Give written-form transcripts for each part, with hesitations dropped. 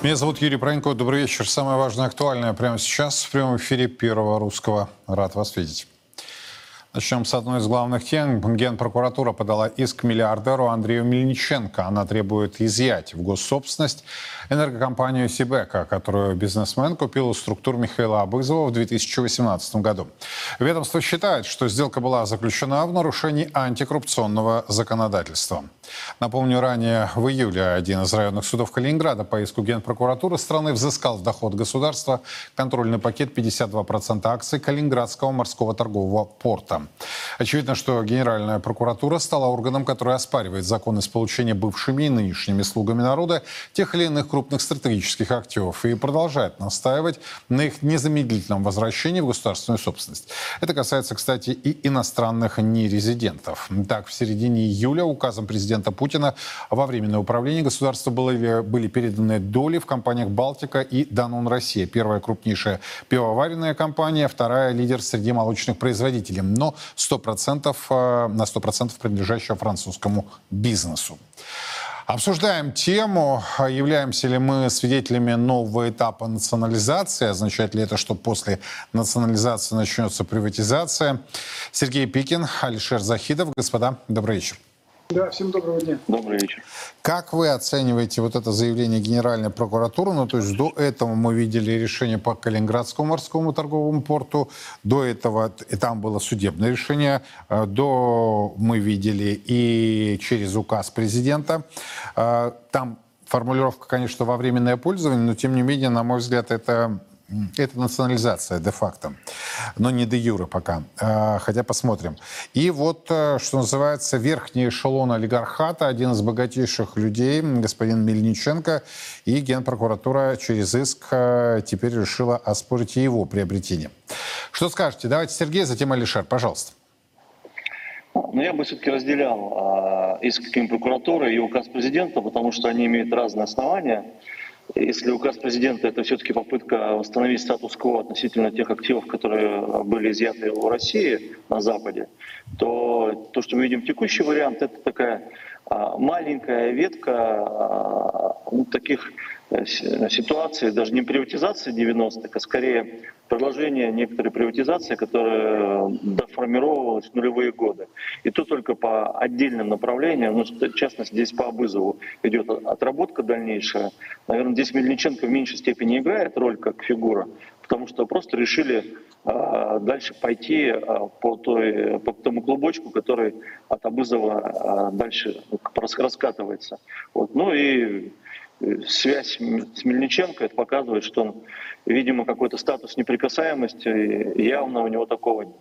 Меня зовут Юрий Пронько. Добрый вечер. Самое важное, актуальное прямо сейчас в прямом эфире Первого Русского. Рад вас видеть. Начнем с одной из главных тем. Генпрокуратура подала иск миллиардеру Андрею Мельниченко. Она требует изъять в госсобственность энергокомпанию «Сибэко», которую бизнесмен купил у структур Михаила Абызова в 2018 году. Ведомство считает, что сделка была заключена в нарушении антикоррупционного законодательства. Напомню, ранее в июле один из районных судов Калининграда по иску Генпрокуратуры страны взыскал в доход государства контрольный пакет 52% акций Калининградского морского торгового порта. Очевидно, что Генеральная прокуратура стала органом, который оспаривает законность получения бывшими и нынешними слугами народа тех или иных крупных стратегических активов и продолжает настаивать на их незамедлительном возвращении в государственную собственность. Это касается, кстати, и иностранных нерезидентов. Так, в середине июля указом президента Путина во временное управление государства были переданы доли в компаниях «Балтика» и «Данон Россия». Первая крупнейшая пивоваренная компания, вторая лидер среди молочных производителей, но на 100% принадлежащего французскому бизнесу. Обсуждаем тему, являемся ли мы свидетелями нового этапа национализации, означает ли это, что после национализации начнется приватизация. Сергей Пикин, Алишер Захидов. Господа, добрый вечер. Да, всем доброго дня. Добрый вечер. Как вы оцениваете вот это заявление Генеральной прокуратуры? Ну, то есть до этого мы видели решение по Калининградскому морскому торговому порту, до этого и там было судебное решение, мы видели и через указ президента. Там формулировка, конечно, во временное пользование, но тем не менее, на мой взгляд, это национализация де-факто, но не де-юре пока, хотя посмотрим. И вот, что называется, верхний эшелон олигархата, один из богатейших людей, господин Мельниченко, и Генпрокуратура через иск теперь решила оспорить его приобретение. Что скажете? Давайте Сергей, затем Алишер, пожалуйста. Но я бы все-таки разделял иск Генпрокуратуры и указ президента, потому что они имеют разные основания. Если указ президента — это все-таки попытка восстановить статус-кво относительно тех активов, которые были изъяты у России на Западе, то то, что мы видим текущий вариант, это такая маленькая ветка таких ситуаций, даже не приватизации 90-х, а скорее продолжение некоторой приватизации, которая доформировалась в нулевые годы. И то только по отдельным направлениям, ну, в частности, здесь по Абызову идет отработка дальнейшая. Наверное, здесь Мельниченко в меньшей степени играет роль как фигура, потому что просто решили дальше пойти по тому клубочку, который от Абызова дальше раскатывается. Вот. Ну и связь с Мельниченко, это показывает, что он, видимо, какой-то статус неприкасаемости, явно у него такого нет.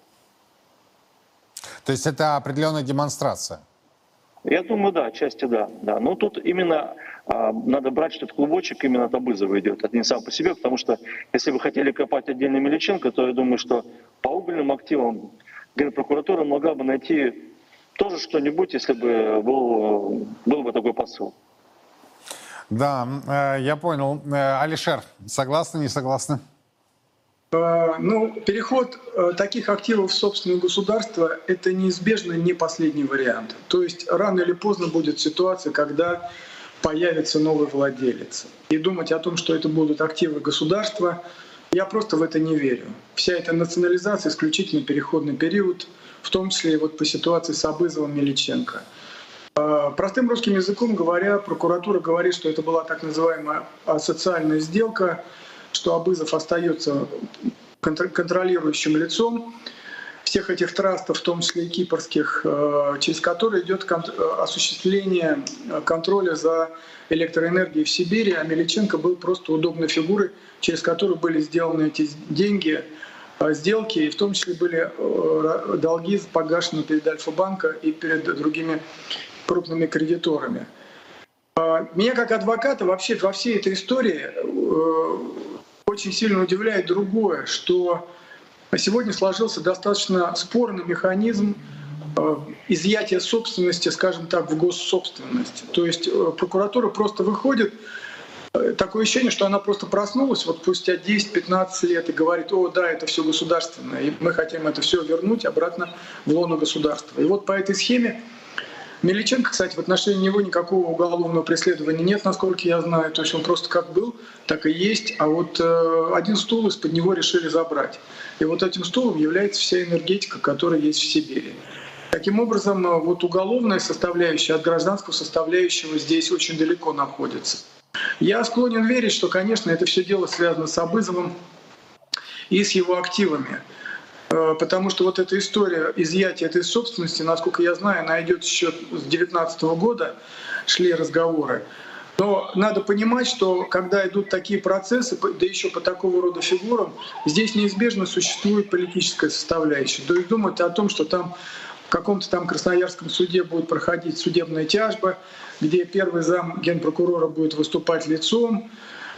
То есть это определенная демонстрация? Я думаю, да, отчасти да. Но тут именно надо брать, что этот клубочек именно от Абызова идет, это не сам по себе, потому что если бы хотели копать отдельно Мельниченко, то я думаю, что по угольным активам Генпрокуратура могла бы найти тоже что-нибудь, если бы был бы такой посыл. Да, я понял. Алишер, согласны, не согласны? Ну, переход таких активов в собственное государство — это неизбежно не последний вариант. То есть рано или поздно будет ситуация, когда появится новый владелец. И думать о том, что это будут активы государства, я просто в это не верю. Вся эта национализация — исключительно переходный период, в том числе и вот по ситуации с Абызовым, Мельниченко. Простым русским языком говоря, прокуратура говорит, что это была так называемая асоциальная сделка, что Абызов остается контролирующим лицом всех этих трастов, в том числе и кипрских, через которые идет осуществление контроля за электроэнергией в Сибири, а Мельниченко был просто удобной фигурой, через которую были сделаны эти сделки, и в том числе были долги погашены перед Альфа-банка и перед другими крупными кредиторами. Меня как адвоката вообще во всей этой истории очень сильно удивляет другое, что сегодня сложился достаточно спорный механизм изъятия собственности, скажем так, в госсобственность. То есть прокуратура просто выходит, такое ощущение, что она просто проснулась вот спустя 10-15 лет и говорит: о, да, это все государственное, и мы хотим это все вернуть обратно в лоно государства. И вот по этой схеме Мельниченко, кстати, в отношении него никакого уголовного преследования нет, насколько я знаю. То есть он просто как был, так и есть. А вот один стул из-под него решили забрать. И вот этим стулом является вся энергетика, которая есть в Сибири. Таким образом, вот уголовная составляющая от гражданского составляющего здесь очень далеко находится. Я склонен верить, что, конечно, это все дело связано с Абызовым и с его активами. Потому что вот эта история изъятия этой собственности, насколько я знаю, она идет еще с 2019 года, шли разговоры. Но надо понимать, что когда идут такие процессы, да еще по такого рода фигурам, здесь неизбежно существует политическая составляющая. То есть думать о том, что там в каком-то там Красноярском суде будет проходить судебная тяжба, где первый зам генпрокурора будет выступать лицом,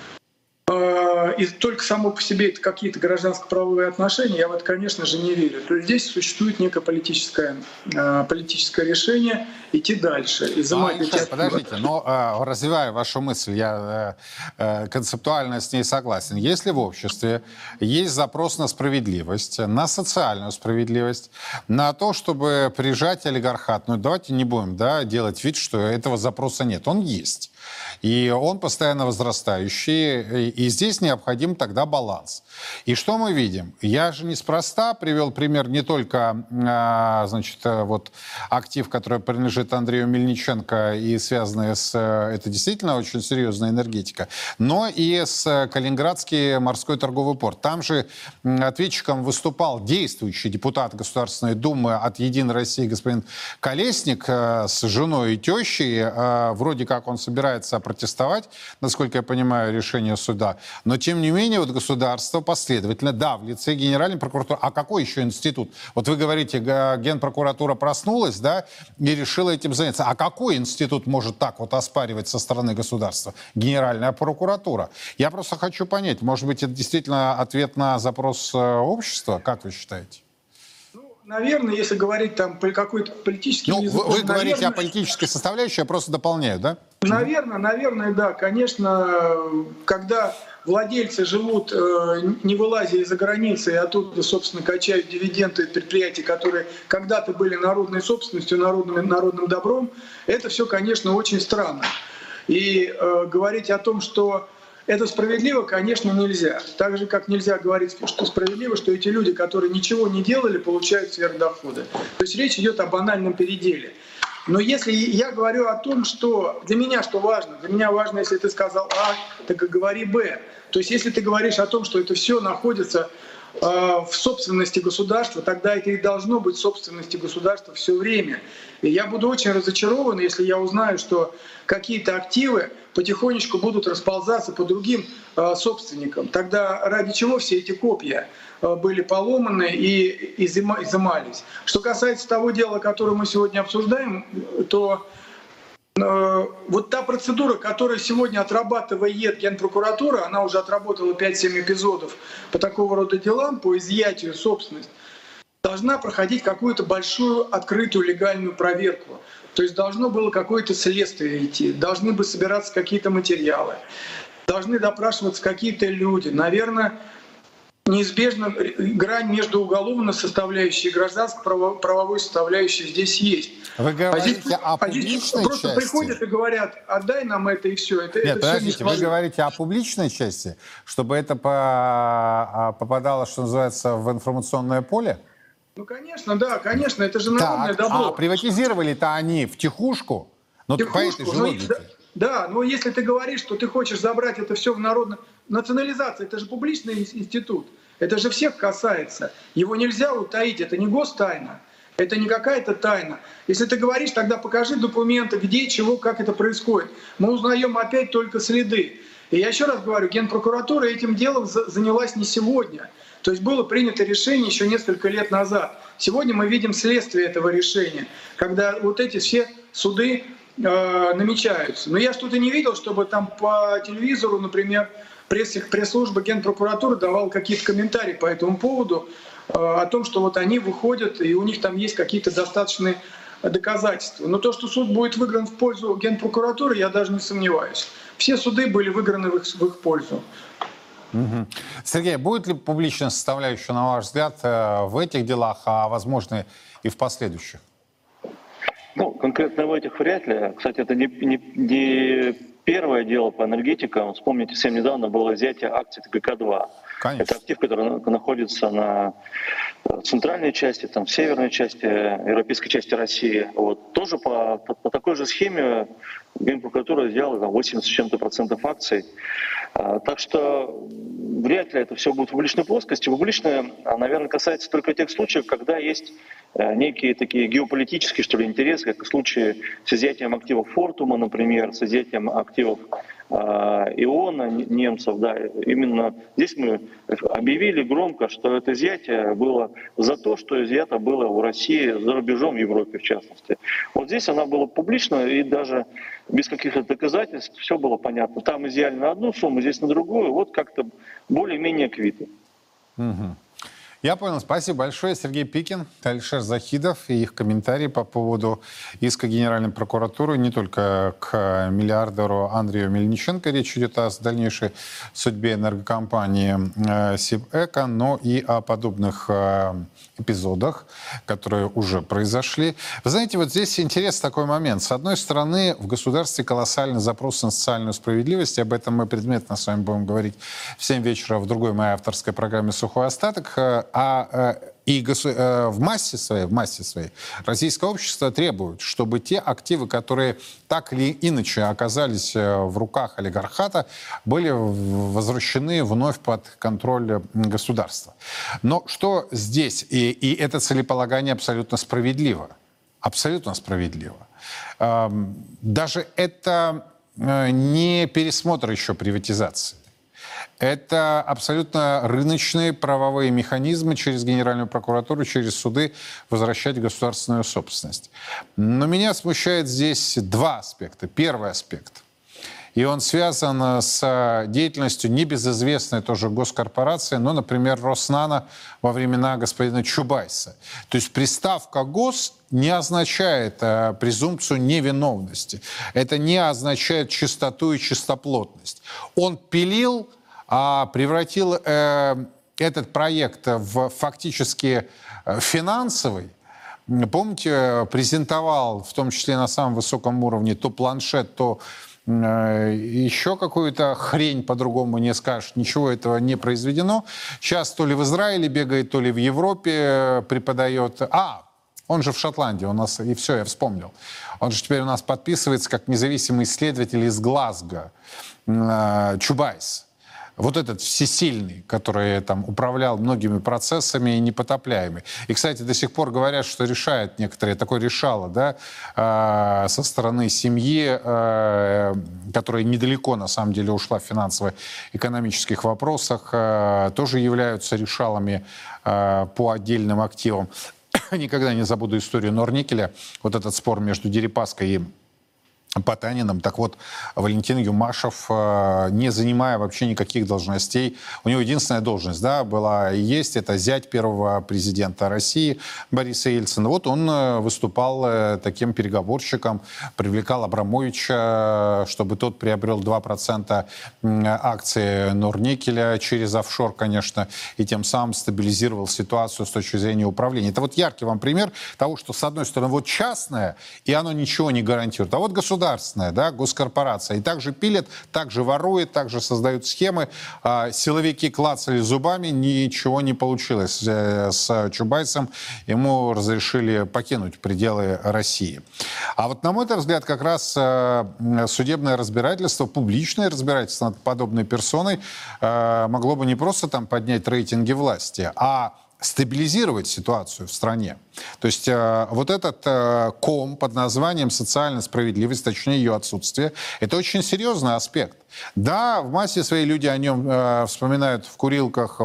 и только само по себе это какие-то гражданско-правовые отношения, я в это, конечно же, не верю. То есть здесь существует некое политическое решение идти дальше. Подождите, но развивая вашу мысль, я концептуально с ней согласен. Если в обществе есть запрос на справедливость, на социальную справедливость, на то, чтобы прижать олигархат, ну давайте не будем делать вид, что этого запроса нет. Он есть. И он постоянно возрастающий, и здесь необходим тогда баланс. И что мы видим? Я же неспроста привел пример не только, значит, вот актив, который принадлежит Андрею Мельниченко и связанный с... Это действительно очень серьезная энергетика, но и с Калининградский морской торговый порт. Там же ответчиком выступал действующий депутат Государственной Думы от «Единой России» господин Колесник с женой и тещей. Вроде как он собирается протестовать, насколько я понимаю, решение суда. Но, тем не менее, вот государство последовательно, да, в лице Генеральной прокуратуры. А какой еще институт? Вот вы говорите, Генпрокуратура проснулась, да, и решила этим заняться. А какой институт может так вот оспаривать со стороны государства? Генеральная прокуратура. Я просто хочу понять, может быть, это действительно ответ на запрос общества? Как вы считаете? Наверное, если говорить там по какой-то политический язык... Вы говорите о политической составляющей, я просто дополняю, да? Наверное, да. Конечно, когда владельцы живут, не вылазя из-за границы, и оттуда, собственно, качают дивиденды предприятий, которые когда-то были народной собственностью, народным добром, это все, конечно, очень странно. И говорить о том, что это справедливо, конечно, нельзя. Так же, как нельзя говорить, что справедливо, что эти люди, которые ничего не делали, получают сверхдоходы. То есть речь идет о банальном переделе. Но если я говорю о том, что для меня что важно? Для меня важно, если ты сказал А, так и говори Б. То есть если ты говоришь о том, что это все находится в собственности государства, тогда это и должно быть в собственности государства все время. И я буду очень разочарован, если я узнаю, что какие-то активы потихонечку будут расползаться по другим собственникам. Тогда ради чего все эти копья были поломаны и изымались? Что касается того дела, которое мы сегодня обсуждаем, то вот та процедура, которую сегодня отрабатывает Генпрокуратура, она уже отработала 5-7 эпизодов по такого рода делам, по изъятию собственности, должна проходить какую-то большую открытую легальную проверку. То есть должно было какое-то следствие идти, должны бы собираться какие-то материалы, должны допрашиваться какие-то люди. Наверное, неизбежно грань между уголовной составляющей и гражданско-правовой составляющей здесь есть. Вы говорите о публичной просто части? Приходят и говорят, отдай нам это и все. Нет, подождите, вы говорите о публичной части, чтобы это попадало, что называется, в информационное поле? Ну, конечно, да, конечно, это же народное добро. А приватизировали-то они втихушку? Ну, по этой же логике. Да, но если ты говоришь, что ты хочешь забрать это все в народное... Национализация — это же публичный институт. Это же всех касается. Его нельзя утаить, это не гостайна. Это не какая-то тайна. Если ты говоришь, тогда покажи документы, где, чего, как это происходит. Мы узнаем опять только следы. И я еще раз говорю, Генпрокуратура этим делом занялась не сегодня. То есть было принято решение еще несколько лет назад. Сегодня мы видим следствие этого решения, когда вот эти все суды намечаются. Но я что-то не видел, чтобы там по телевизору, например, пресс-служба Генпрокуратуры давала какие-то комментарии по этому поводу, о том, что вот они выходят, и у них там есть какие-то достаточные доказательства. Но то, что суд будет выигран в пользу Генпрокуратуры, я даже не сомневаюсь. Все суды были выиграны в их пользу. Угу. Сергей, будет ли публичная составляющая, на ваш взгляд, в этих делах, а возможно и в последующих? Ну, конкретно в этих вряд ли. Кстати, это не первое дело по энергетикам. Вспомните, совсем недавно было изъятие акций ТГК-2. Конечно. Это актив, который находится на центральной части, там, в северной части, европейской части России. Вот. Тоже по такой же схеме Генпрокуратура сделала там, 80 с чем-то процентов акций. Так что вряд ли это все будет в публичной плоскости. Публичное, наверное, касается только тех случаев, когда есть некие такие геополитические, что ли, интересы, как в случае с изъятием активов Фортума, например, с изъятием активов ИОНа немцев. Да. Именно здесь мы объявили громко, что это изъятие было за то, что изъято было у России за рубежом, в Европе в частности. Вот здесь она была публична, и даже без каких-то доказательств все было понятно. Там изъяли на одну сумму, здесь на другую, вот как-то более-менее квиты. Угу. Я понял. Спасибо большое. Сергей Пикин, Алишер Захидов и их комментарии по поводу иска Генеральной прокуратуры не только к миллиардеру Андрею Мельниченко, речь идет о дальнейшей судьбе энергокомпании Сибэко, но и о подобных эпизодах, которые уже произошли. Вы знаете, вот здесь интересный такой момент. С одной стороны, в государстве колоссальный запрос на социальную справедливость, и об этом мы предметно с вами будем говорить в 7 вечера в другой моей авторской программе «Сухой остаток». В массе своей российское общество требует, чтобы те активы, которые так или иначе оказались в руках олигархата, были возвращены вновь под контроль государства. Но что здесь? И это целеполагание абсолютно справедливо. Абсолютно справедливо. Даже это не пересмотр еще приватизации. Это абсолютно рыночные правовые механизмы через Генеральную прокуратуру, через суды возвращать государственную собственность. Но меня смущает здесь два аспекта. Первый аспект. И он связан с деятельностью небезызвестной тоже госкорпорации, ну, например, Роснано во времена господина Чубайса. То есть приставка «гос» не означает презумпцию невиновности. Это не означает чистоту и чистоплотность. Он пилил, превратил этот проект в фактически финансовый. Помните, презентовал, в том числе на самом высоком уровне, то планшет, то еще какую-то хрень, по-другому не скажешь, ничего этого не произведено. Сейчас то ли в Израиле бегает, то ли в Европе преподает. Он же в Шотландии у нас, и все, я вспомнил. Он же теперь у нас подписывается как независимый исследователь из Глазго, Чубайс. Вот этот всесильный, который там управлял многими процессами и непотопляемый. И, кстати, до сих пор говорят, что решает некоторые, такое решало, да, со стороны семьи, которая недалеко, на самом деле, ушла в финансово-экономических вопросах, тоже являются решалами по отдельным активам. Никогда не забуду историю Норникеля, вот этот спор между Дерипаской и Потаниным. Так вот, Валентин Юмашев, не занимая вообще никаких должностей, у него единственная должность, да, была и есть, это зять первого президента России Бориса Ельцина. Вот он выступал таким переговорщиком, привлекал Абрамовича, чтобы тот приобрел 2% акций Норникеля через офшор, конечно, и тем самым стабилизировал ситуацию с точки зрения управления. Это вот яркий вам пример того, что, с одной стороны, вот частное, и оно ничего не гарантирует, а вот государственная, да, госкорпорация. И также пилят, также ворует, также создают схемы. Силовики клацали зубами, ничего не получилось с Чубайсом. Ему разрешили покинуть пределы России. А вот, на мой взгляд, как раз судебное разбирательство, публичное разбирательство над подобной персоной могло бы не просто там поднять рейтинги власти, а стабилизировать ситуацию в стране. То есть вот этот ком под названием социальная справедливость, точнее ее отсутствие, это очень серьезный аспект. Да, в массе своей люди о нем вспоминают в курилках,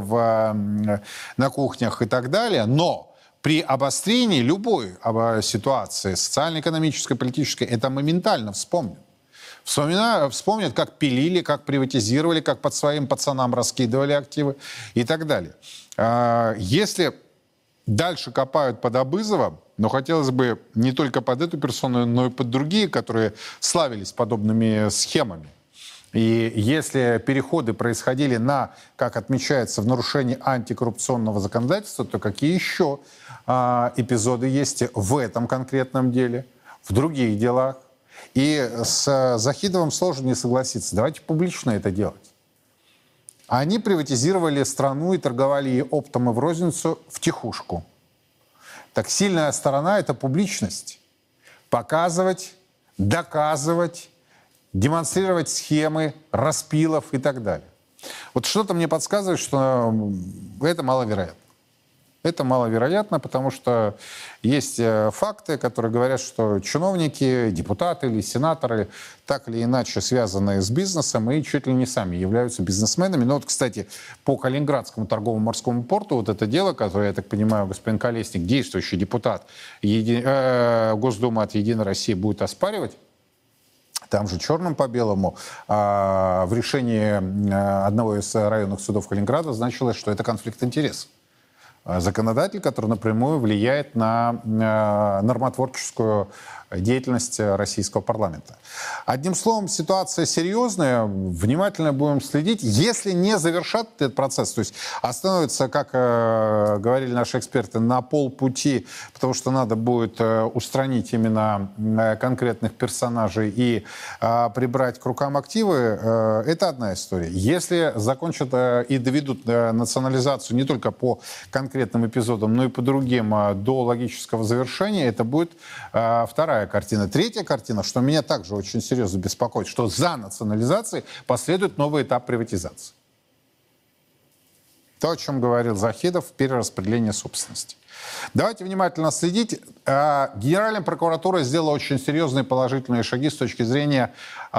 на кухнях и так далее, но при обострении любой ситуации, социально-экономической, политической, это моментально вспомнят. Вспомнят, как пилили, как приватизировали, как под своим пацанам раскидывали активы и так далее. Если дальше копают под Абызова, но хотелось бы не только под эту персону, но и под другие, которые славились подобными схемами. И если переходы происходили как отмечается, в нарушении антикоррупционного законодательства, то какие еще эпизоды есть в этом конкретном деле? в других делах. И с Захидовым сложно не согласиться. Давайте публично это делать. Они приватизировали страну и торговали ей оптом и в розницу втихушку. Так сильная сторона – это публичность. Показывать, доказывать, демонстрировать схемы, распилов и так далее. Вот что-то мне подсказывает, что это маловероятно. Это маловероятно, потому что есть факты, которые говорят, что чиновники, депутаты или сенаторы так или иначе связаны с бизнесом и чуть ли не сами являются бизнесменами. Но вот, кстати, по Калининградскому торговому морскому порту вот это дело, которое, я так понимаю, господин Колесник, действующий депутат Госдумы от «Единой России», будет оспаривать, там же черным по белому в решении одного из районных судов Калининграда значилось, что это конфликт интересов. Законодатель, который напрямую влияет на нормотворческую деятельность российского парламента. Одним словом, ситуация серьезная, внимательно будем следить. Если не завершат этот процесс, то есть остановятся, как говорили наши эксперты, на полпути, потому что надо будет устранить именно конкретных персонажей и прибрать к рукам активы, это одна история. Если закончат и доведут национализацию не только по конкретным эпизодам, но и по другим до логического завершения, это будет вторая картина. Третья картина, что меня также очень серьезно беспокоит, что за национализацией последует новый этап приватизации. То, о чем говорил Захидов, перераспределение собственности. Давайте внимательно следить. Генеральная прокуратура сделала очень серьезные положительные шаги с точки зрения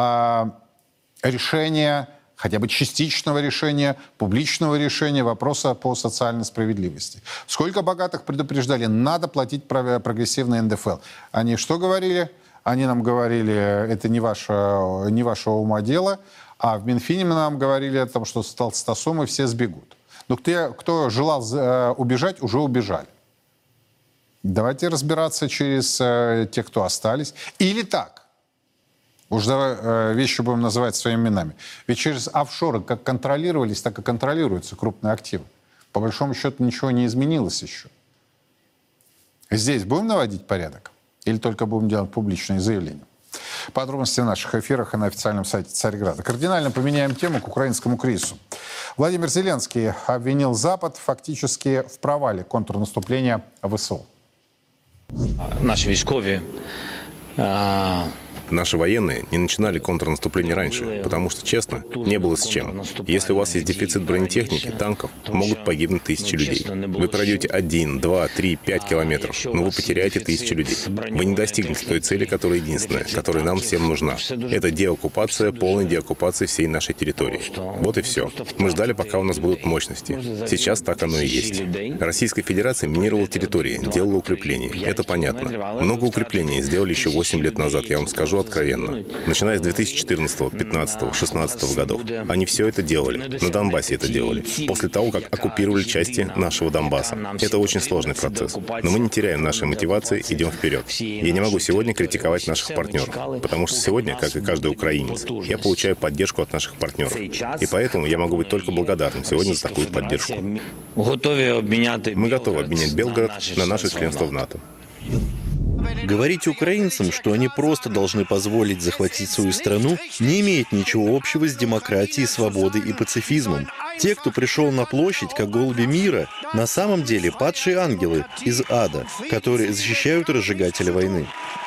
решения, хотя бы частичного решения, публичного решения вопроса по социальной справедливости. Сколько богатых предупреждали, надо платить прогрессивный НДФЛ. Они что говорили? Они нам говорили, это не ваше ума дело, а в Минфине нам говорили о том, что с толстосумы все сбегут. Но кто желал убежать, уже убежали. Давайте разбираться через тех, кто остались. Или так. Уж давай вещи будем называть своими именами. Ведь через офшоры как контролировались, так и контролируются крупные активы. По большому счету ничего не изменилось еще. Здесь будем наводить порядок? Или только будем делать публичные заявления? Подробности в наших эфирах и на официальном сайте Царьграда. Кардинально поменяем тему к украинскому кризису. Владимир Зеленский обвинил Запад фактически в провале контрнаступления ВСУ. Наши військові Наши военные не начинали контрнаступление раньше, потому что, честно, не было с чем. Если у вас есть дефицит бронетехники, танков, могут погибнуть тысячи людей. Вы пройдете 1, 2, 3, 5 километров, но вы потеряете тысячи людей. Вы не достигнете той цели, которая единственная, которая нам всем нужна. Это деоккупация, полная деоккупация всей нашей территории. Вот и все. Мы ждали, пока у нас будут мощности. Сейчас так оно и есть. Российская Федерация минировала территории, делала укрепления. Это понятно. Много укреплений сделали еще 8 лет назад, я вам скажу откровенно. Начиная с 2014, 15, 16 годов. Они все это делали. На Донбассе это делали. После того, как оккупировали части нашего Донбасса. Это очень сложный процесс. Но мы не теряем нашей мотивации, идем вперед. Я не могу сегодня критиковать наших партнеров. Потому что сегодня, как и каждый украинец, я получаю поддержку от наших партнеров. И поэтому я могу быть только благодарным сегодня за такую поддержку. Мы готовы обменять Белгород на наше членство в НАТО. Говорить украинцам, что они просто должны позволить захватить свою страну, не имеет ничего общего с демократией, свободой и пацифизмом. Те, кто пришел на площадь, как голуби мира, на самом деле падшие ангелы из ада, которые защищают разжигателя войны.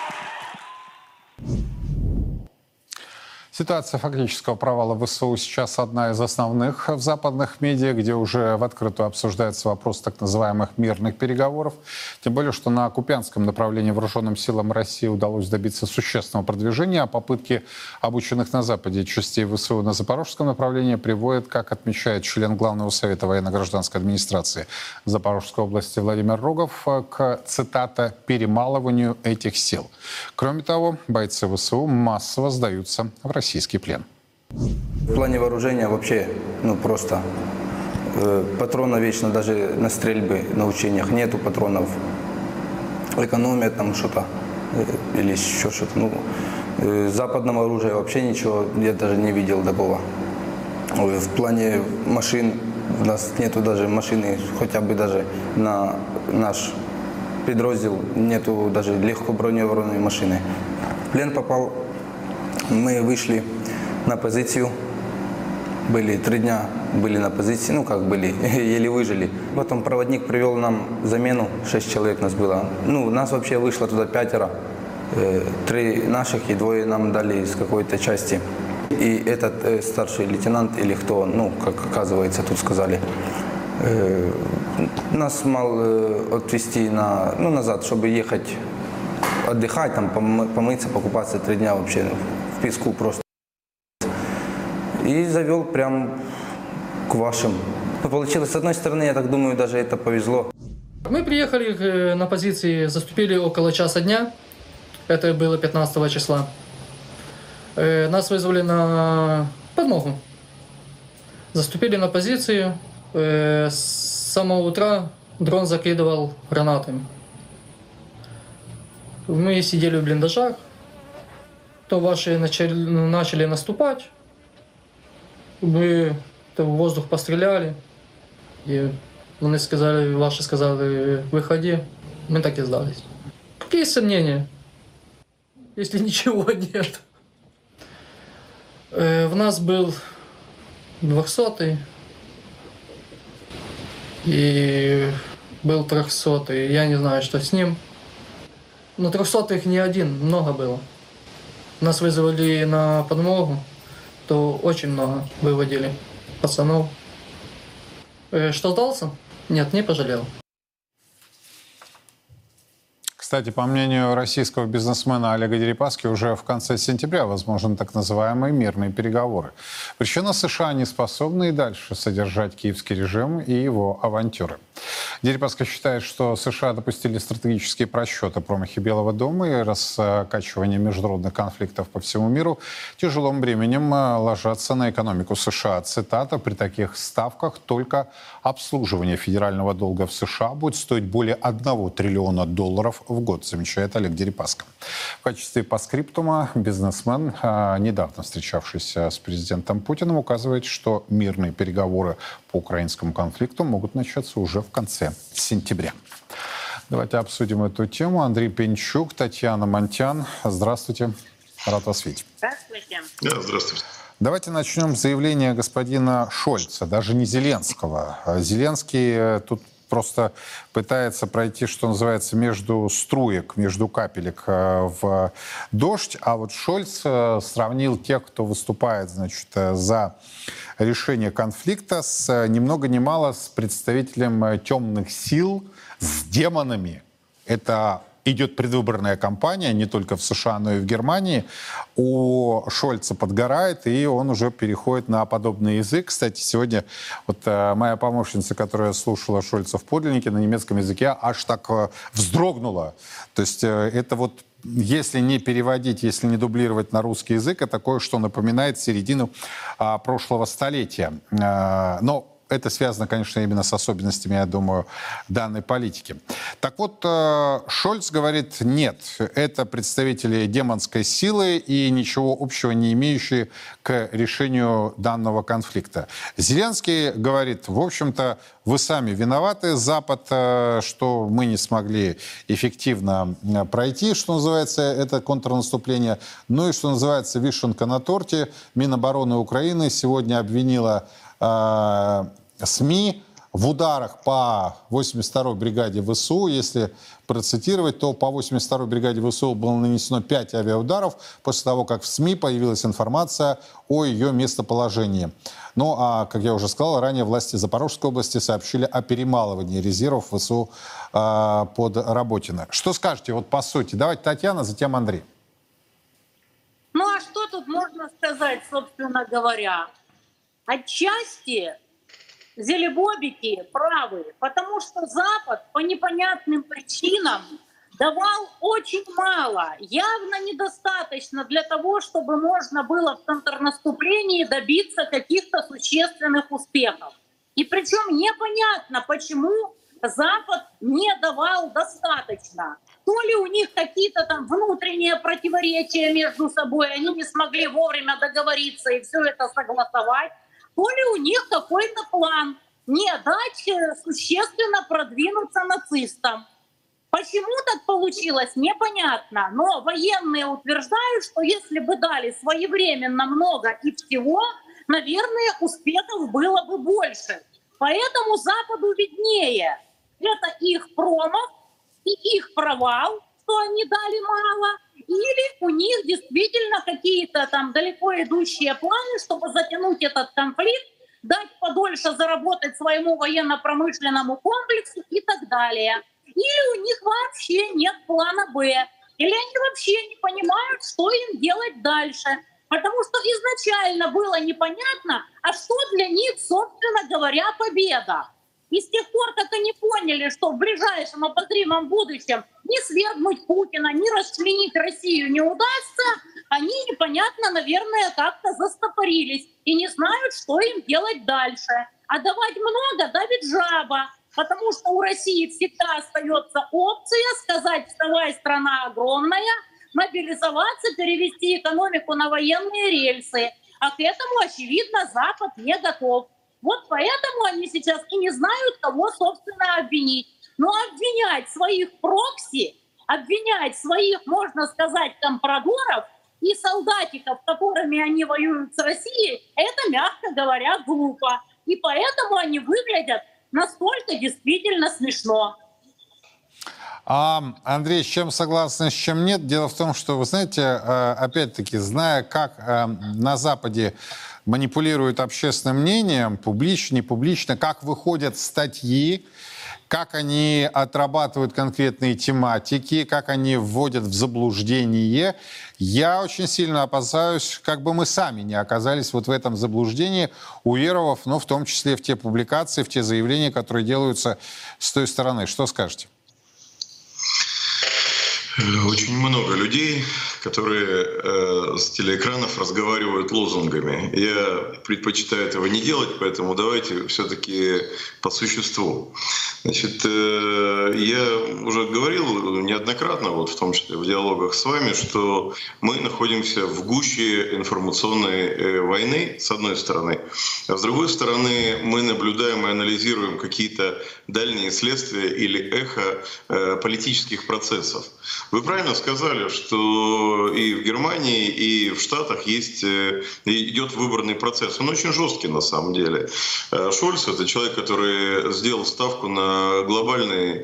Ситуация фактического провала ВСУ сейчас одна из основных в западных медиа, где уже в открытую обсуждается вопрос так называемых мирных переговоров. Тем более, что на Купянском направлении вооруженным силам России удалось добиться существенного продвижения, а попытки обученных на Западе частей ВСУ на Запорожском направлении приводят, как отмечает член Главного совета военно-гражданской администрации Запорожской области Владимир Рогов, к, цитата, «перемалыванию этих сил». Кроме того, бойцы ВСУ массово сдаются в российский плен. В плане вооружения вообще, просто патрона вечно, даже на стрельбы, на учениях нету патронов. Экономия там что-то или еще что-то. Западного оружия вообще ничего, я даже не видел такого. В плане машин у нас нету даже машины, хотя бы даже на наш подроздел, нету даже легко бронированной машины. В плен попал, мы вышли на позицию, были 3 дня были на позиции, ну как были, еле выжили. Потом проводник привел нам замену, 6 человек нас было. Ну, нас вообще вышло туда 5, 3 наших и 2 нам дали из какой-то части. И этот старший лейтенант или кто, ну, как оказывается, тут сказали, нас мал отвезти назад, чтобы ехать отдыхать, там, помыться, покупаться 3 дня вообще в песку просто. И завел прям к вашим. Получилось, с одной стороны, я так думаю, даже это повезло. Мы приехали на позиции, заступили около часа дня, это было 15 числа. Нас вызвали на подмогу. Заступили на позицию, с самого утра дрон закидывал гранатами. Мы сидели в блиндажах, то ваши начали наступать, мы в воздух постреляли, и ваши сказали, выходи, мы так и сдались. Какие сомнения, если ничего нет? В нас был 200-й и был 300-й, я не знаю, что с ним. Но 300-х не один, много было. Нас вызвали на подмогу, то очень много выводили пацанов. Что сдался? Нет, не пожалел. Кстати, по мнению российского бизнесмена Олега Дерипаски, уже в конце сентября возможны так называемые мирные переговоры. Причина: США не способны и дальше содержать киевский режим и его авантюры. Дерипаска считает, что США допустили стратегические просчеты, промахи Белого дома и раскачивание международных конфликтов по всему миру тяжелым бременем ложатся на экономику США. Цитата: «При таких ставках только обслуживание федерального долга в США будет стоить более $1 триллиона в год», замечает Олег Дерипаска. В качестве постскриптума бизнесмен, недавно встречавшийся с президентом Путиным, указывает, что мирные переговоры по украинскому конфликту могут начаться уже в конце сентября. Давайте обсудим эту тему. Андрей Пенчук, Татьяна Монтян. Здравствуйте. Рад вас видеть. Здравствуйте. Да, здравствуйте. Давайте начнем с заявления господина Шольца, даже не Зеленского. Зеленский тут просто пытается пройти, что называется, между струек, между капелек в дождь. А вот Шольц сравнил тех, кто выступает, значит, за решение конфликта, с ни много ни мало с представителем темных сил, с демонами. Это идет предвыборная кампания не только в США, но и в Германии. У Шольца подгорает, и он уже переходит на подобный язык. Кстати, сегодня вот моя помощница, которая слушала Шольца в подлиннике на немецком языке, аж так вздрогнула. То есть это вот, если не переводить, если не дублировать на русский язык, это кое-что напоминает середину прошлого столетия. Но это связано, конечно, именно с особенностями, я думаю, данной политики. Так вот, Шольц говорит: нет, это представители демонской силы и ничего общего не имеющие к решению данного конфликта. Зеленский говорит: в общем-то, вы сами виноваты, Запад, что мы не смогли эффективно пройти, что называется, это контрнаступление. Ну и, что называется, вишенка на торте. Минобороны Украины сегодня обвинила СМИ в ударах по 82-й бригаде ВСУ. Если процитировать, то по 82-й бригаде ВСУ было нанесено 5 авиаударов после того, как в СМИ появилась информация о ее местоположении. Ну, а, как я уже сказал, ранее власти Запорожской области сообщили о перемалывании резервов ВСУ под Работино. Что скажете вот по сути? Давайте Татьяна, затем Андрей. Ну а что тут можно сказать, собственно говоря? Отчасти зелебобики правы, потому что Запад по непонятным причинам давал очень мало, явно недостаточно для того, чтобы можно было в контрнаступлении добиться каких-то существенных успехов. И причем непонятно, почему Запад не давал достаточно. То ли у них какие-то там внутренние противоречия между собой, они не смогли вовремя договориться и все это согласовать, то ли у них какой-то план не дать существенно продвинуться нацистам. Почему так получилось, непонятно. Но военные утверждают, что если бы дали своевременно много и всего, наверное, успехов было бы больше. Поэтому Западу виднее. Это их промах и их провал, что они дали мало, или у них действительно какие-то там далеко идущие планы, чтобы затянуть этот конфликт, дать подольше заработать своему военно-промышленному комплексу и так далее. Или у них вообще нет плана «Б», или они вообще не понимают, что им делать дальше. Потому что изначально было непонятно, а что для них, собственно говоря, победа. И с тех пор, как они поняли, что в ближайшем обозримом будущем ни свергнуть Путина, ни расчленить Россию не удастся, они непонятно, наверное, как-то застопорились и не знают, что им делать дальше. А давать много давит жаба, потому что у России всегда остается опция сказать: вставай, страна огромная, мобилизоваться, перевести экономику на военные рельсы. А к этому, очевидно, Запад не готов. Вот поэтому они сейчас и не знают, кого, собственно, обвинить. Но обвинять своих прокси, обвинять своих, можно сказать, компрадоров и солдатиков, которыми они воюют с Россией, это, мягко говоря, глупо. И поэтому они выглядят настолько действительно смешно. Андрей, с чем согласны, с чем нет? Дело в том, что, вы знаете, опять-таки, зная, как на Западе манипулируют общественным мнением, публично, не публично, как выходят статьи, как они отрабатывают конкретные тематики, как они вводят в заблуждение, я очень сильно опасаюсь, как бы мы сами не оказались вот в этом заблуждении, уверовав, ну, в том числе в те публикации, в те заявления, которые делаются с той стороны. Что скажете? Очень много людей, которые с телеэкранов разговаривают лозунгами. Я предпочитаю этого не делать, поэтому давайте все-таки по существу. Значит, я уже говорил неоднократно, вот в том числе в диалогах с вами, что мы находимся в гуще информационной войны, с одной стороны. А с другой стороны, мы наблюдаем и анализируем какие-то дальние следствия или эхо политических процессов. Вы правильно сказали, что и в Германии, и в Штатах идет выборный процесс. Он очень жесткий на самом деле. Шольц — это человек, который сделал ставку на глобальный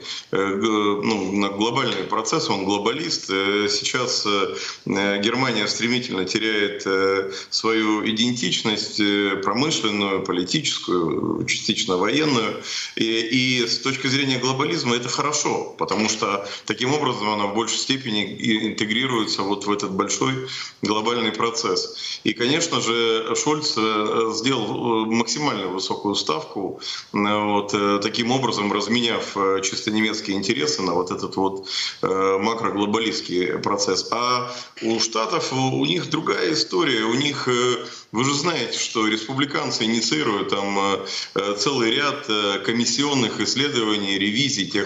процесс, он глобалист. Сейчас Германия стремительно теряет свою идентичность промышленную, политическую, частично военную. И с точки зрения глобализма это хорошо, потому что таким образом она в большей степени интегрируется вот в этот большой глобальный процесс. И, конечно же, Шольц сделал максимально высокую ставку, таким образом разменяв чисто немецкие интересы на вот этот вот макроглобалистский процесс. А у Штатов, у них другая история. У них, вы же знаете, что республиканцы инициируют там целый ряд комиссионных исследований, ревизий тех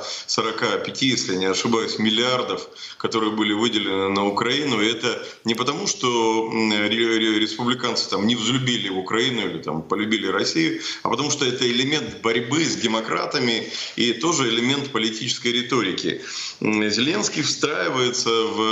145, если не ошибаюсь, миллиардов, которые были выделены на Украину. И это не потому, что республиканцы там не взлюбили Украину или там полюбили Россию, а потому что это элемент борьбы с демократами и тоже элемент политической риторики. Зеленский встраивается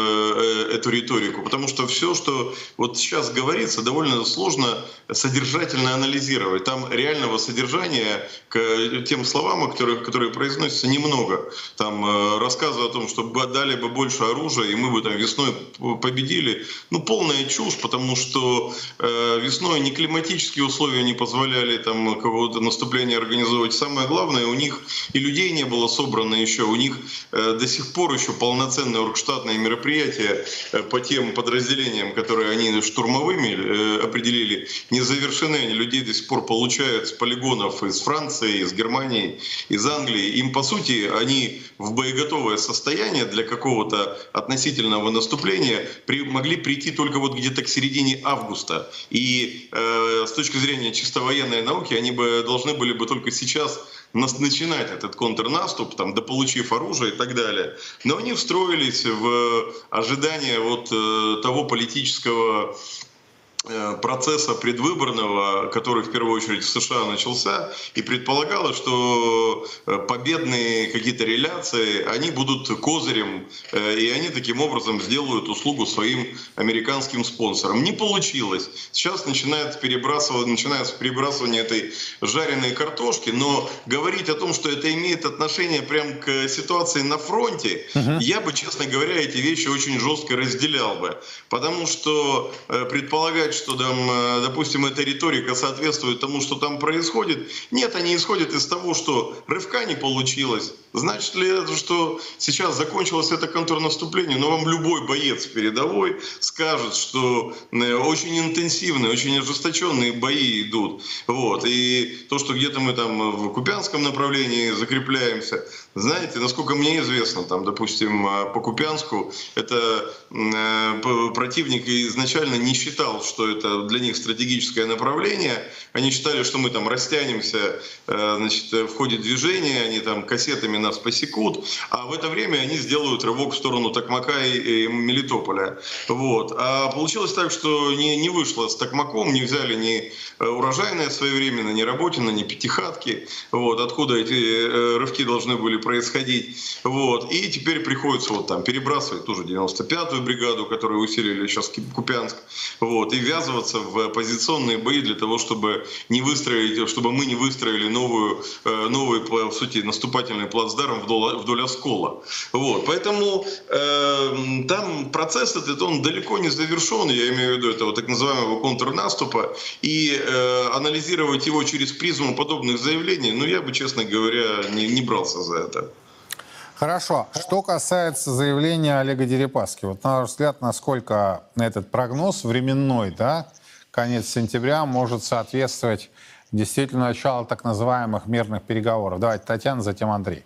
в эту риторику, потому что все, что вот сейчас говорится, довольно сложно содержательно анализировать. Там реального содержания к тем словам, которые произносятся, немного. Там рассказы о том, что дали бы больше оружия, и мы бы там весной победили. Ну, полная чушь, потому что весной ни климатические условия не позволяли там какого-то наступления организовывать. Самое главное, у них и людей не было собрано еще, у них до сих пор еще полноценные оргштатные мероприятия по тем подразделениям, которые они штурмовыми определили, не завершены. Они людей до сих пор получают с полигонов из Франции, из Германии, из Англии. Им, по сути, они в боеготовое состояние для какого-то относительного наступления могли прийти только вот где-то к середине августа. И с точки зрения чисто военной науки они должны были бы только сейчас начинать этот контрнаступ, там, дополучив оружие и так далее. Но они встроились в ожидание вот того политического процесса предвыборного, который в первую очередь в США начался, и предполагалось, что победные какие-то реляции, они будут козырем, и они таким образом сделают услугу своим американским спонсорам. Не получилось. Сейчас начинается перебрасывание этой жареной картошки, но говорить о том, что это имеет отношение прям к ситуации на фронте, я бы, честно говоря, эти вещи очень жестко разделял бы. Потому что предполагать, что там, допустим, эта риторика соответствует тому, что там происходит. Нет, они исходят из того, что рывка не получилось. Значит ли это, что сейчас закончилось это контрнаступление? Но вам любой боец передовой скажет, что очень интенсивные, очень ожесточенные бои идут. Вот. И то, что где-то мы там в Купянском направлении закрепляемся, знаете, насколько мне известно, там, допустим, по Купянску, это противник изначально не считал, что это для них стратегическое направление. Они считали, что мы там растянемся, значит, в ходе движения, они там кассетами нас посекут, а в это время они сделают рывок в сторону Токмака и Мелитополя. Вот. А получилось так, что не вышло с Токмаком, не взяли ни урожайное своевременно, ни Работино, ни Пятихатки, вот, откуда эти рывки должны были происходить. Вот. И теперь приходится вот там перебрасывать ту же 95-ю бригаду, которую усилили сейчас Купянск, вот, и ввязываться в позиционные бои для того, чтобы мы не выстроили новый, по сути, наступательный плацдарм вдоль Оскола. Вот. Поэтому там процесс этот, он далеко не завершен, я имею в виду этого так называемого контрнаступа, и анализировать его через призму подобных заявлений, ну, я бы, честно говоря, не брался за это. Хорошо. Что касается заявления Олега Дерипаски, вот на ваш взгляд, насколько этот прогноз временной, да, конец сентября, может соответствовать действительно началу так называемых мирных переговоров? Давайте Татьяна, затем Андрей.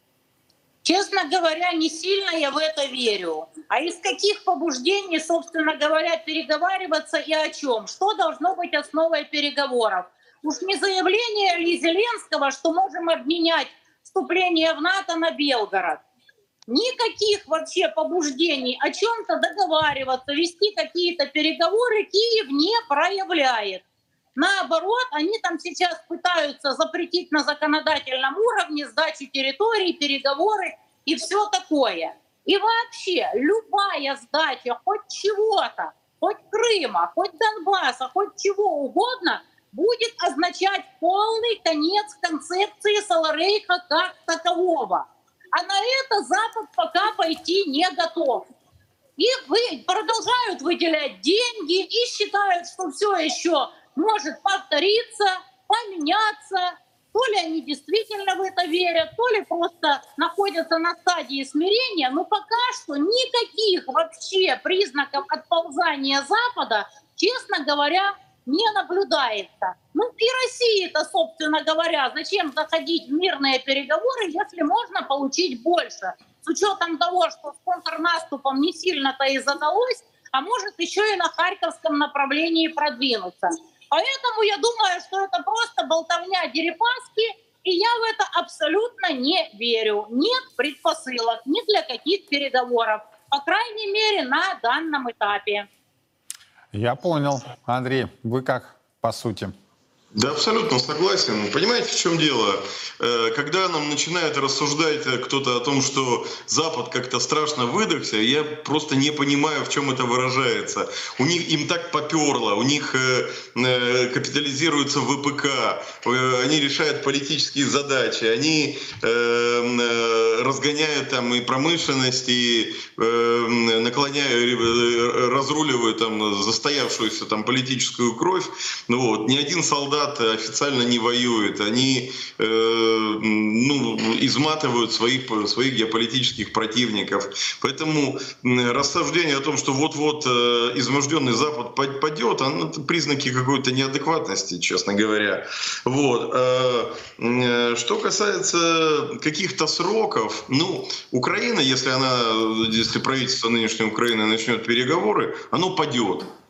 Честно говоря, не сильно я в это верю. А из каких побуждений, собственно говоря, переговариваться и о чем? Что должно быть основой переговоров? Уж не заявление ли Зеленского, что можем обменять вступление в НАТО на Белгород. Никаких вообще побуждений о чем-то договариваться, вести какие-то переговоры Киев не проявляет. Наоборот, они там сейчас пытаются запретить на законодательном уровне сдачу территорий, переговоры и все такое. И вообще любая сдача хоть чего-то, хоть Крыма, хоть Донбасса, хоть чего угодно, будет означать полный конец концепции Саларейха как такового. А на это Запад пока пойти не готов. И продолжают выделять деньги и считают, что все еще может повториться, поменяться. То ли они действительно в это верят, то ли просто находятся на стадии смирения. Но пока что никаких вообще признаков отползания Запада, честно говоря, не наблюдается. Ну и России-то, собственно говоря, зачем заходить в мирные переговоры, если можно получить больше? С учетом того, что с контрнаступом не сильно-то и задалось, а может еще и на Харьковском направлении продвинуться. Поэтому я думаю, что это просто болтовня Дерипаски, и я в это абсолютно не верю. Нет предпосылок ни для каких переговоров, по крайней мере, на данном этапе. Я понял. Андрей, вы как по сути? Да, абсолютно согласен. Понимаете, в чем дело? Когда нам начинает рассуждать кто-то о том, что Запад как-то страшно выдохся, я просто не понимаю, в чем это выражается. Им так поперло, у них капитализируется ВПК, они решают политические задачи, они разгоняют там и промышленность, и разруливают там застоявшуюся там политическую кровь. Ну, вот. Ни один солдат официально не воюет, они изматывают своих геополитических противников. Поэтому рассуждение о том, что вот-вот изможденный Запад падет, это признаки какой-то неадекватности, честно говоря. Вот. Что касается каких-то сроков, Украина, если правительство нынешней Украины начнет переговоры, оно падет.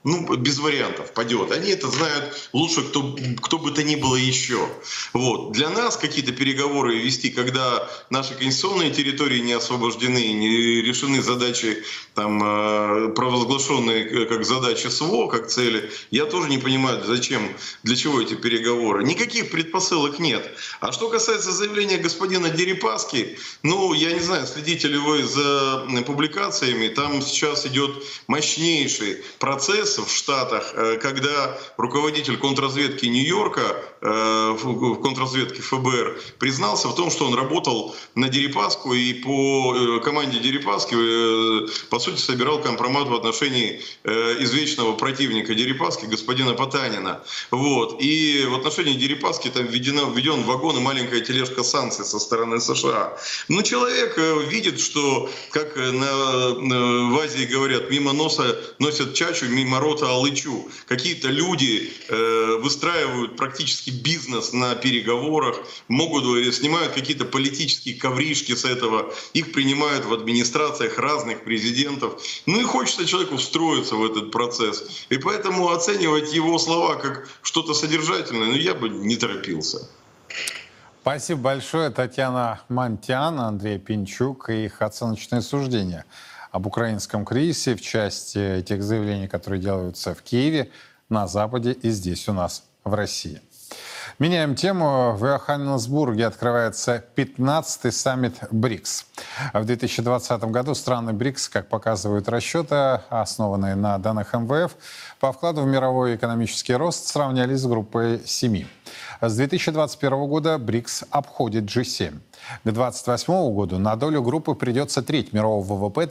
без вариантов падет. Они это знают лучше, кто бы то ни было еще. Вот. Для нас какие-то переговоры вести, когда наши конституционные территории не освобождены, не решены задачи, провозглашенные как задачи СВО, как цели, я тоже не понимаю, зачем, для чего эти переговоры. Никаких предпосылок нет. А что касается заявления господина Дерипаски, я не знаю, следите ли вы за публикациями, там сейчас идет мощнейший процесс в Штатах, когда руководитель контрразведки Нью-Йорка, в контрразведке ФБР, признался в том, что он работал на Дерипаску и по команде Дерипаски, по сути, собирал компромат в отношении извечного противника Дерипаски, господина Потанина. Вот. И в отношении Дерипаски там введен вагон и маленькая тележка санкций со стороны США. Человек видит, что, как в Азии говорят, мимо носа носят чачу, мимо рота алычу. Какие-то люди выстраивают практически бизнес на переговорах, снимают какие-то политические ковришки с этого, их принимают в администрациях разных президентов. И хочется человеку встроиться в этот процесс. И поэтому оценивать его слова как что-то содержательное, я бы не торопился. Спасибо большое. Татьяна Мантян, Андрей Пинчук и их оценочные суждения об украинском кризисе в части этих заявлений, которые делаются в Киеве, на Западе и здесь у нас в России. Меняем тему. В Йоханнесбурге открывается 15-й саммит БРИКС. В 2020 году страны БРИКС, как показывают расчеты, основанные на данных МВФ, по вкладу в мировой экономический рост сравнялись с группой 7. С 2021 года БРИКС обходит G7. К 2028 году на долю группы придется треть мирового ВВП,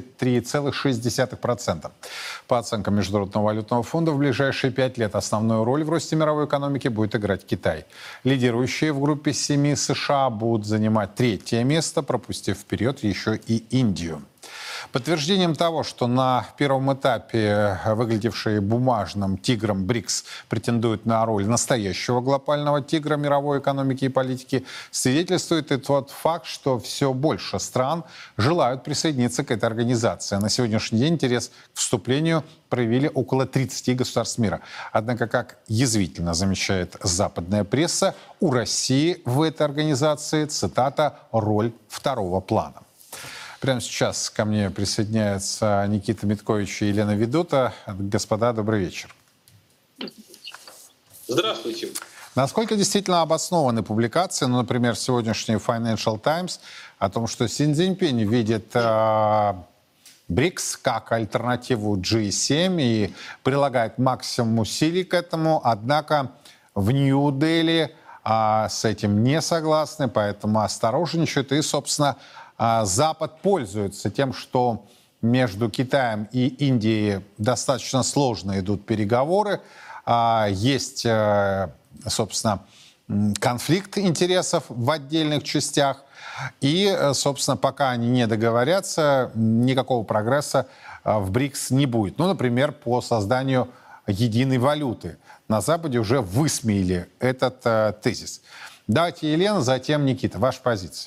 33,6%. По оценкам Международного валютного фонда, в ближайшие 5 лет основную роль в росте мировой экономики будет играть Китай. Лидирующие в группе 7 США будут занимать третье место, пропустив вперед еще и Индию. Подтверждением того, что на первом этапе выглядевший бумажным тигром БРИКС претендует на роль настоящего глобального тигра мировой экономики и политики, свидетельствует и тот факт, что все больше стран желают присоединиться к этой организации. На сегодняшний день интерес к вступлению проявили около 30 государств мира. Однако, как язвительно замечает западная пресса, у России в этой организации, цитата, «роль второго плана». Прямо сейчас ко мне присоединяются Никита Миткович и Елена Ведута. Господа, добрый вечер. Здравствуйте. Насколько действительно обоснованы публикации, например, сегодняшний Financial Times, о том, что Си Цзиньпинь видит БРИКС как альтернативу G7 и прилагает максимум усилий к этому, однако в Нью-Дели с этим не согласны, поэтому осторожничают и, собственно, Запад пользуется тем, что между Китаем и Индией достаточно сложно идут переговоры. Есть, собственно, конфликт интересов в отдельных частях. И, собственно, пока они не договорятся, никакого прогресса в БРИКС не будет. Например, по созданию единой валюты. На Западе уже высмеяли этот тезис. Давайте, Елена, затем Никита. Ваша позиция.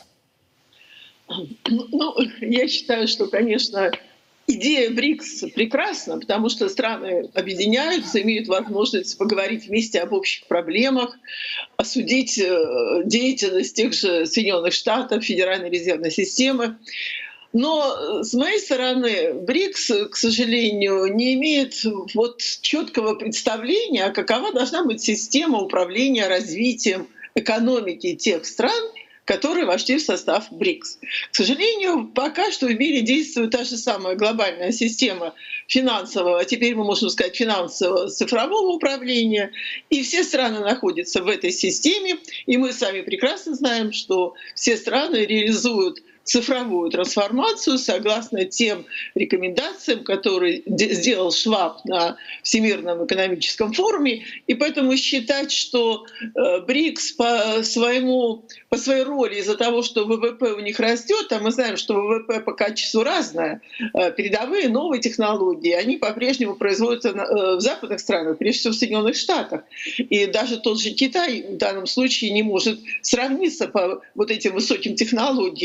Я считаю, что, конечно, идея БРИКС прекрасна, потому что страны объединяются, имеют возможность поговорить вместе об общих проблемах, осудить деятельность тех же Соединенных Штатов, Федеральной резервной системы. Но с моей стороны БРИКС, к сожалению, не имеет четкого представления, какова должна быть система управления развитием экономики тех стран, которые вошли в состав БРИКС. К сожалению, пока что в мире действует та же самая глобальная система финансового, а теперь мы можем сказать финансово-цифрового управления, и все страны находятся в этой системе, и мы сами прекрасно знаем, что все страны реализуют цифровую трансформацию согласно тем рекомендациям, которые сделал Шваб на Всемирном экономическом форуме. И поэтому считать, что БРИКС по своей роли из-за того, что ВВП у них растет, а мы знаем, что ВВП по качеству разное, передовые новые технологии, они по-прежнему производятся в западных странах, прежде всего в Соединенных Штатах. И даже тот же Китай в данном случае не может сравниться по этим высоким технологиям.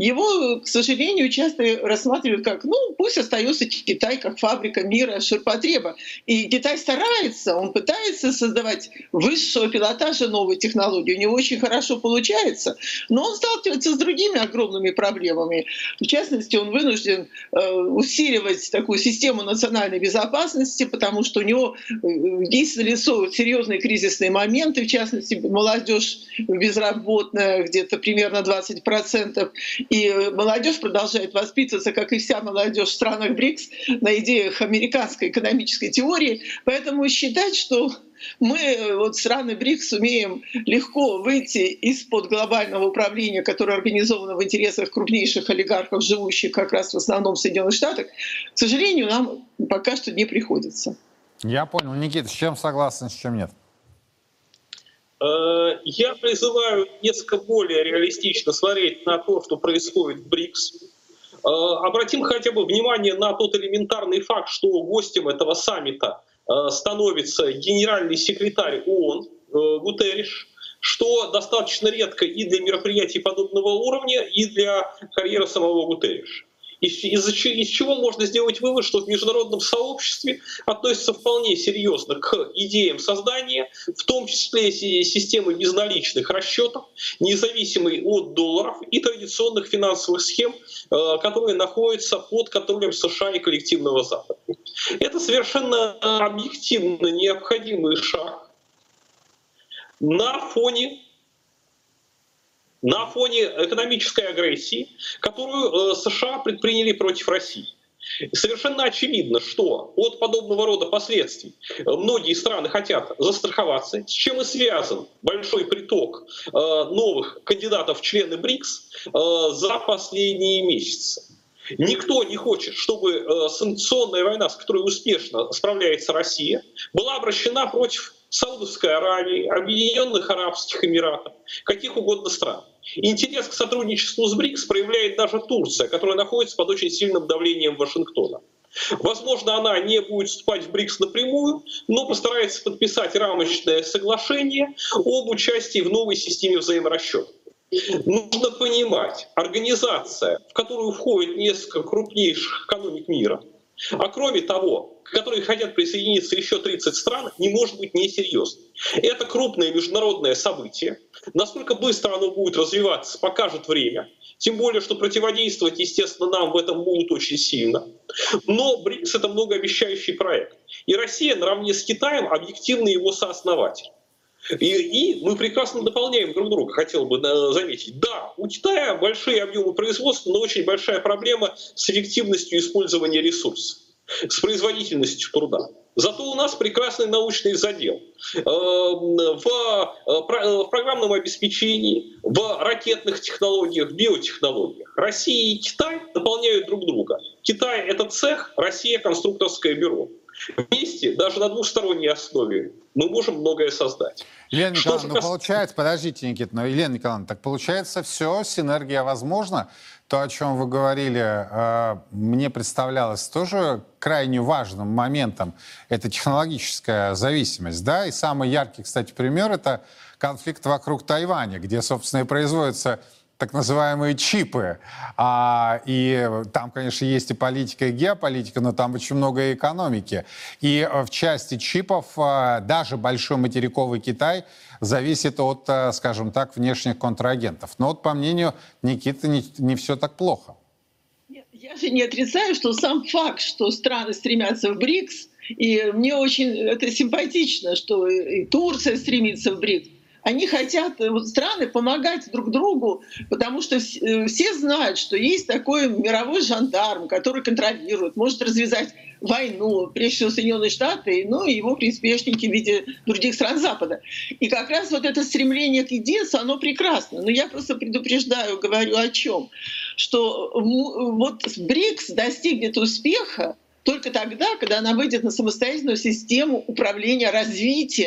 его, к сожалению, часто рассматривают как, пусть остается Китай как фабрика мира ширпотреба. И Китай старается, он пытается создавать высшего пилотажа новые технологии. У него очень хорошо получается, но он сталкивается с другими огромными проблемами. В частности, он вынужден усиливать такую систему национальной безопасности, потому что у него есть налицо серьезные кризисные моменты, в частности, молодежь безработная, где-то примерно 20%, и молодежь продолжает воспитываться, как и вся молодежь в странах БРИКС, на идеях американской экономической теории. Поэтому считать, что мы, страны БРИКС, сумеем легко выйти из-под глобального управления, которое организовано в интересах крупнейших олигархов, живущих как раз в основном в Соединенных Штатах, к сожалению, нам пока что не приходится. Я понял. Никита, с чем согласен, с чем нет? Я призываю несколько более реалистично смотреть на то, что происходит в БРИКС. Обратим хотя бы внимание на тот элементарный факт, что гостем этого саммита становится генеральный секретарь ООН Гутерриш, что достаточно редко и для мероприятий подобного уровня, и для карьеры самого Гутерриша. Из чего можно сделать вывод, что в международном сообществе относятся вполне серьезно к идеям создания, в том числе системы безналичных расчетов, независимой от долларов и традиционных финансовых схем, которые находятся под контролем США и коллективного Запада. Это совершенно объективно необходимый шаг на фоне экономической агрессии, которую США предприняли против России. Совершенно очевидно, что от подобного рода последствий многие страны хотят застраховаться, с чем и связан большой приток новых кандидатов в члены БРИКС за последние месяцы. Никто не хочет, чтобы санкционная война, с которой успешно справляется Россия, была обращена против Саудовской Аравии, Объединенных Арабских Эмиратов, каких угодно стран. Интерес к сотрудничеству с БРИКС проявляет даже Турция, которая находится под очень сильным давлением Вашингтона. Возможно, она не будет вступать в БРИКС напрямую, но постарается подписать рамочное соглашение об участии в новой системе взаиморасчетов. Нужно понимать, организация, в которую входит несколько крупнейших экономик мира, а кроме того, к которой хотят присоединиться еще 30 стран, не может быть несерьезным. Это крупное международное событие. Насколько быстро оно будет развиваться, покажет время. Тем более, что противодействовать, естественно, нам в этом будут очень сильно. Но БРИКС — это многообещающий проект. И Россия наравне с Китаем объективно его сооснователь. И мы прекрасно дополняем друг друга, хотел бы заметить. Да, у Китая большие объемы производства, но очень большая проблема с эффективностью использования ресурсов, с производительностью труда. Зато у нас прекрасный научный задел в программном обеспечении, в ракетных технологиях, биотехнологиях. Россия и Китай дополняют друг друга. Китай — это цех, Россия — конструкторское бюро. Вместе, даже на двусторонней основе, мы можем многое создать. Елена Николаевна, получается, подождите, Никита, но, Елена Николаевна, так получается все, синергия возможна. То, о чем вы говорили, мне представлялось тоже крайне важным моментом. Это технологическая зависимость, да, и самый яркий, кстати, пример — это конфликт вокруг Тайваня, где, собственно, и производятся так называемые чипы. И там, конечно, есть и политика, и геополитика, но там очень много и экономики. И в части чипов даже большой материковый Китай зависит от, скажем так, внешних контрагентов. Но вот, по мнению Никиты, не все так плохо. Я же не отрицаю, что сам факт, что страны стремятся в БРИКС, и мне очень это симпатично, что и Турция стремится в БРИКС. Они хотят, страны, помогать друг другу, потому что все знают, что есть такой мировой жандарм, который контролирует, может развязать войну, прежде всего Соединенные Штаты, ну и его приспешники в виде других стран Запада. И как раз вот это стремление к единству, оно прекрасно. Но я просто предупреждаю, говорю о чем, что вот БРИКС достигнет успеха только тогда, когда она выйдет на самостоятельную систему управления развитием.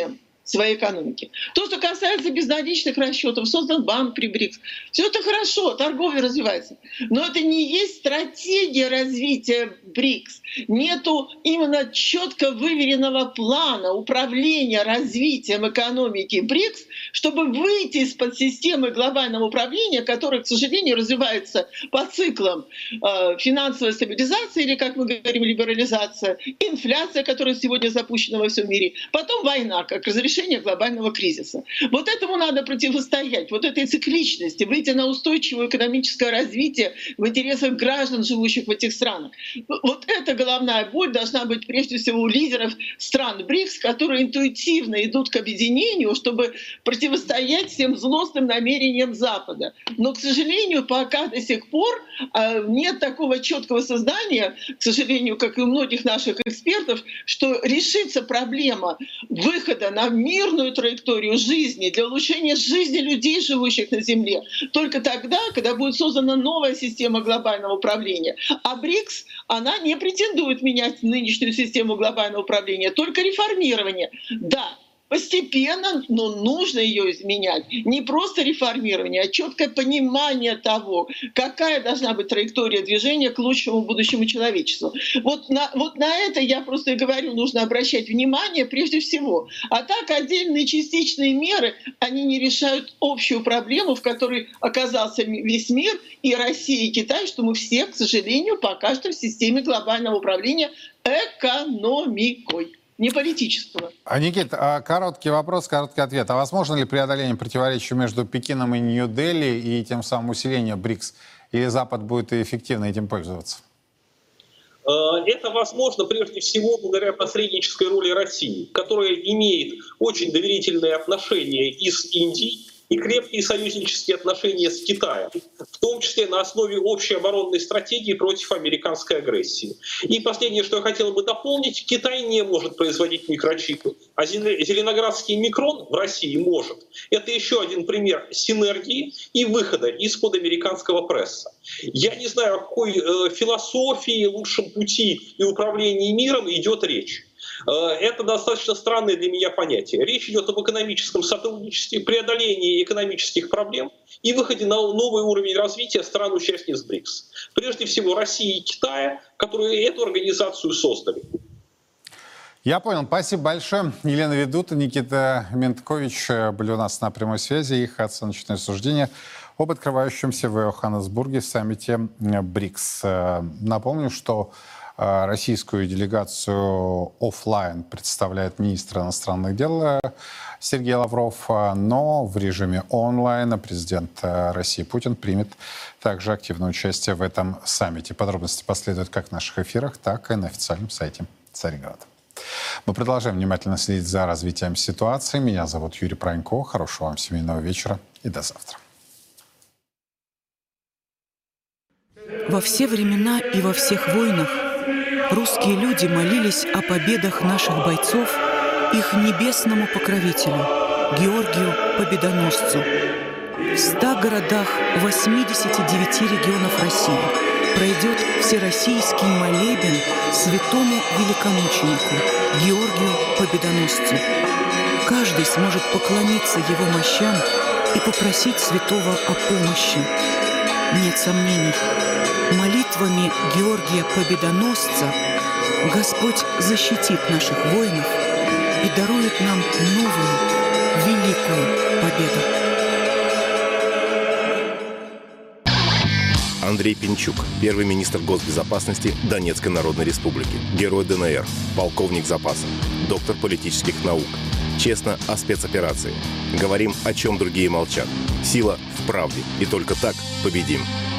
своей экономики. То, что касается безналичных расчетов, создан банк при БРИКС. Все это хорошо, торговля развивается. Но это не есть стратегия развития БРИКС. Нету именно четко выверенного плана управления развитием экономики БРИКС, чтобы выйти из-под системы глобального управления, которая, к сожалению, развивается по циклам финансовой стабилизации, или, как мы говорим, либерализация, инфляция, которая сегодня запущена во всем мире, потом война, как разрешение глобального кризиса. Вот этому надо противостоять, вот этой цикличности, выйти на устойчивое экономическое развитие в интересах граждан, живущих в этих странах. Вот эта головная боль должна быть прежде всего у лидеров стран БРИКС, которые интуитивно идут к объединению, чтобы противостоять всем злостным намерениям Запада. Но, к сожалению, пока до сих пор нет такого четкого сознания, к сожалению, как и у многих наших экспертов, что решится проблема выхода на мирную траекторию жизни, для улучшения жизни людей, живущих на Земле, только тогда, когда будет создана новая система глобального управления. А БРИКС, она не претендует менять нынешнюю систему глобального управления, только реформирование. Да, постепенно, но нужно ее изменять. Не просто реформирование, а четкое понимание того, какая должна быть траектория движения к лучшему будущему человечеству. Вот на это я просто и говорю, нужно обращать внимание прежде всего. А так отдельные частичные меры, они не решают общую проблему, в которой оказался весь мир, и Россия, и Китай, что мы все, к сожалению, пока что в системе глобального управления экономикой. Не политического. Никит, короткий вопрос, короткий ответ. А возможно ли преодоление противоречий между Пекином и Нью-Дели и тем самым усиление БРИКС? Или Запад будет эффективно этим пользоваться? Это возможно прежде всего благодаря посреднической роли России, которая имеет очень доверительные отношения и с Индией, и крепкие союзнические отношения с Китаем, в том числе на основе общей оборонной стратегии против американской агрессии. И последнее, что я хотел бы дополнить, Китай не может производить микрочипы, а зеленоградский микрон в России может. Это еще один пример синергии и выхода из-под американского пресса. Я не знаю, о какой философии, лучшем пути и управлении миром идет речь. Это достаточно странное для меня понятие. Речь идет об экономическом сотрудничестве, преодолении экономических проблем и выходе на новый уровень развития стран-участниц БРИКС. Прежде всего России и Китая, которые эту организацию создали. Я понял. Спасибо большое. Елена Ведута, Никита Менткович были у нас на прямой связи. Их оценочное суждение об открывающемся в Йоханнесбурге саммите БРИКС. Напомню, что российскую делегацию офлайн представляет министр иностранных дел Сергей Лавров, но в режиме онлайн президент России Путин примет также активное участие в этом саммите. Подробности последуют как в наших эфирах, так и на официальном сайте Царьграда. Мы продолжаем внимательно следить за развитием ситуации. Меня зовут Юрий Пронько. Хорошего вам семейного вечера и до завтра. Во все времена и во всех войнах русские люди молились о победах наших бойцов их небесному покровителю, Георгию Победоносцу. В 100 городах 89 регионов России пройдет всероссийский молебен святому великомученику Георгию Победоносцу. Каждый сможет поклониться его мощам и попросить святого о помощи. Нет сомнений, молитвами Георгия Победоносца Господь защитит наших воинов и дарует нам новую, великую победу. Андрей Пинчук, первый министр госбезопасности Донецкой Народной Республики, герой ДНР, полковник запаса, доктор политических наук. Честно о спецоперации. Говорим, о чем другие молчат. Сила в правде. И только так победим.